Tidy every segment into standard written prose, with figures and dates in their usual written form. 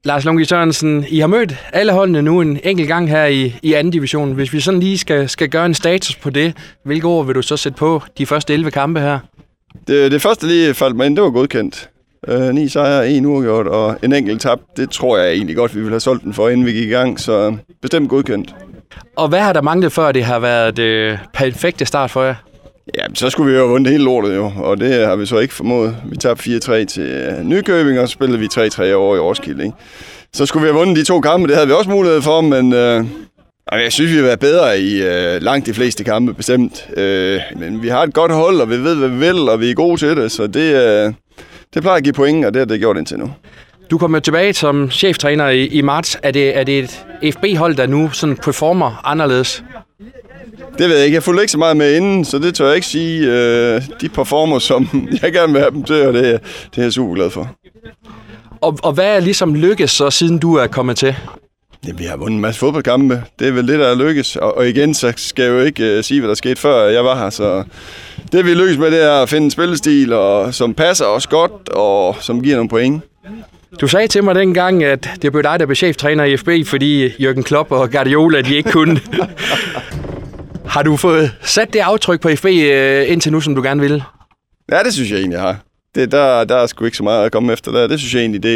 Lars Lungi Sørensen, I har mødt alle holdene nu en enkelt gang her i anden division. Hvis vi sådan lige skal gøre en status på det, hvilke ord vil du så sætte på de første 11 kampe her? Det første lige faldt mig ind, det var godkendt. 9 sejre, 1 uafgjort og en enkelt tab. Det tror jeg egentlig godt, vi ville have solgt den for, inden vi gik i gang, så bestemt godkendt. Og hvad har der manglet, før det har været det perfekte start for jer? Ja, så skulle vi jo have vundet hele lortet jo, og det har vi så ikke formået. Vi tabte 4-3 til Nykøbing, og så spillede vi 3-3 over i Roskilde, ikke? Så skulle vi have vundet de 2 kampe, det havde vi også mulighed for, men jeg synes, vi har været bedre i langt de fleste kampe, bestemt. Men vi har et godt hold, og vi ved, hvad vi vil, og vi er gode til det, så det plejer at give point, og det har det gjort indtil nu. Du kommer tilbage som cheftræner i marts. Er det et FB-hold, der nu sådan performer anderledes? Det ved jeg ikke. Jeg fulgte ikke så meget med inden, så det tør jeg ikke sige. De performer, som jeg gerne vil have dem til, og det er jeg super glad for. Og hvad er ligesom lykkes så, siden du er kommet til? Ja, vi har vundet en masse fodboldkampe. Det er vel det, der er lykkes. Og igen, så skal jeg jo ikke sige, hvad der skete før jeg var her. Så det, vi lykkes med, det er at finde en spillestil, som passer os godt, og som giver nogle point. Du sagde til mig dengang, at det blev dig, der blev cheftræner i FB, fordi Jürgen Klopp og Guardiola, de ikke kunne. Har du fået sat det aftryk på FB indtil nu, som du gerne ville? Ja, det synes jeg egentlig, jeg har. Der er sgu ikke så meget at komme efter der. Det synes jeg egentlig,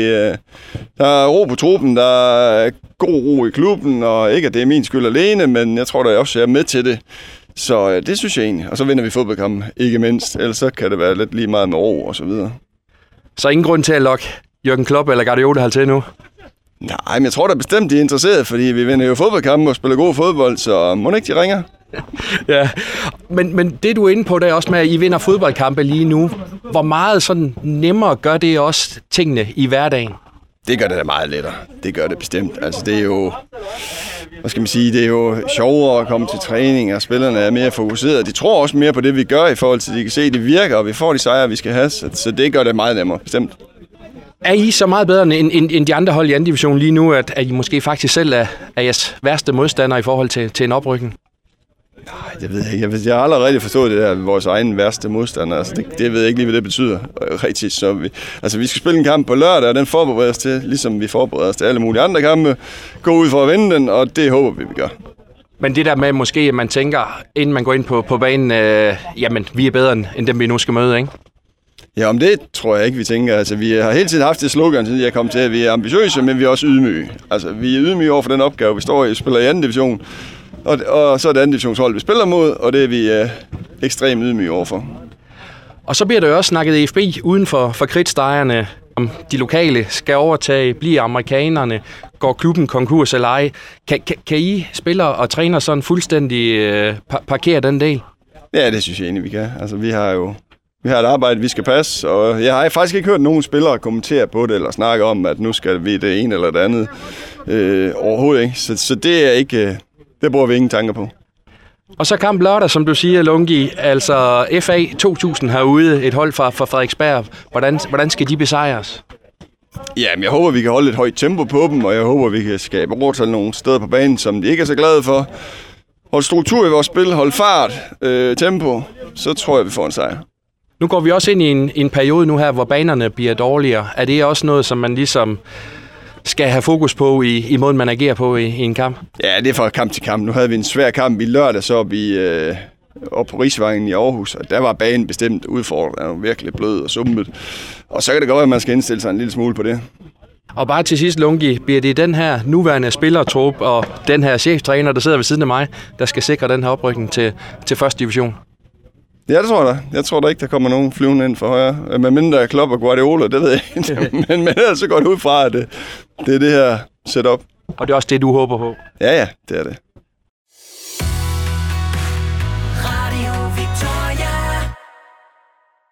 der er ro på truppen, der er god ro i klubben, og ikke at det er min skyld alene, men jeg tror da også, jeg er med til det. Så det synes jeg egentlig. Og så vinder vi fodboldkampen, ikke mindst. Ellers så kan det være lidt lige meget med ro og så videre. Så ingen grund til at lokke Jürgen Klopp eller Guardiola hertil nu? Nej, men jeg tror da bestemt, de er interesseret, fordi vi vinder jo fodboldkampen og spiller god fodbold, så må ikke de ringer. Ja, men det du er inde på, det er også med, at I vinder fodboldkampe lige nu. Hvor meget sådan nemmere gør det også tingene i hverdagen? Det gør det da meget lettere. Det gør det bestemt. Altså det er jo, hvad skal man sige, det er jo sjovere at komme til træning, og spillerne er mere fokuseret. De tror også mere på det, vi gør i forhold til, at de kan se, at det virker, og vi får de sejre, vi skal have. Så det gør det meget nemmere, bestemt. Er I så meget bedre end de andre hold i anden division lige nu, at I måske faktisk selv er jeres værste modstander i forhold til en oprykning? Nej, det ved jeg ikke. Jeg har aldrig rigtig forstået det der, vores egen værste modstander. Altså, det ved jeg ikke lige, hvad det betyder rigtigt. Så vi skal spille en kamp på lørdag, og den forbereder os til, ligesom vi forbereder os til alle mulige andre kampe. Gå ud for at vinde den, og det håber vi gør. Men det der med måske, at man tænker, inden man går ind på banen, jamen, vi er bedre end dem, vi nu skal møde, ikke? Ja, om det tror jeg ikke, vi tænker. Altså, vi har hele tiden haft det slogan, siden jeg kom til, at vi er ambitiøse, men vi er også ydmyge. Altså, vi er ydmyge over for den opgave, vi står i og spiller i anden division. Og så er det anden divisionshold, vi spiller mod, og det er vi ekstremt ydmyge overfor. Og så bliver der jo også snakket i FB uden for kridtstregerne, om de lokale skal overtage, bliver amerikanerne, går klubben konkurs eller ej. Kan I spillere og træner sådan fuldstændig parkere den del? Ja, det synes jeg egentlig, vi kan. Altså, vi har et arbejde, vi skal passe, og jeg har faktisk ikke hørt nogen spillere kommentere på det, eller snakke om, at nu skal vi det ene eller det andet. Overhovedet ikke. Så det er ikke... Det bruger vi ingen tanker på. Og så kamp lørdag, som du siger, Lungi. Altså FA 2000 herude, et hold fra Frederiksberg. Hvordan skal de besejres? Jamen, jeg håber, vi kan holde et højt tempo på dem, og jeg håber, vi kan skabe overtal nogle steder på banen, som de ikke er så glade for. Hold struktur i vores spil, hold fart, tempo, så tror jeg, vi får en sejr. Nu går vi også ind i en periode nu her, hvor banerne bliver dårligere. Er det også noget, som man ligesom skal have fokus på i måden, man agerer på i en kamp? Ja, det er fra kamp til kamp. Nu havde vi en svær kamp i lørdag, så op på Rigsvejen i Aarhus, og der var banen bestemt udfordret. Den var virkelig blød og sumpet. Og så kan det godt være, at man skal indstille sig en lille smule på det. Og bare til sidst, Lungi, bliver det den her nuværende spillertrup og den her cheftræner, der sidder ved siden af mig, der skal sikre den her oprykning til første division? Ja, det tror jeg. Jeg tror da ikke, der kommer nogen flyvende ind for højre. Med mindre Klopp og Guardiola, det ved jeg ikke. men ellers så går det ud fra, at det er det her setup. Og det er også det, du håber på? Ja, det er det.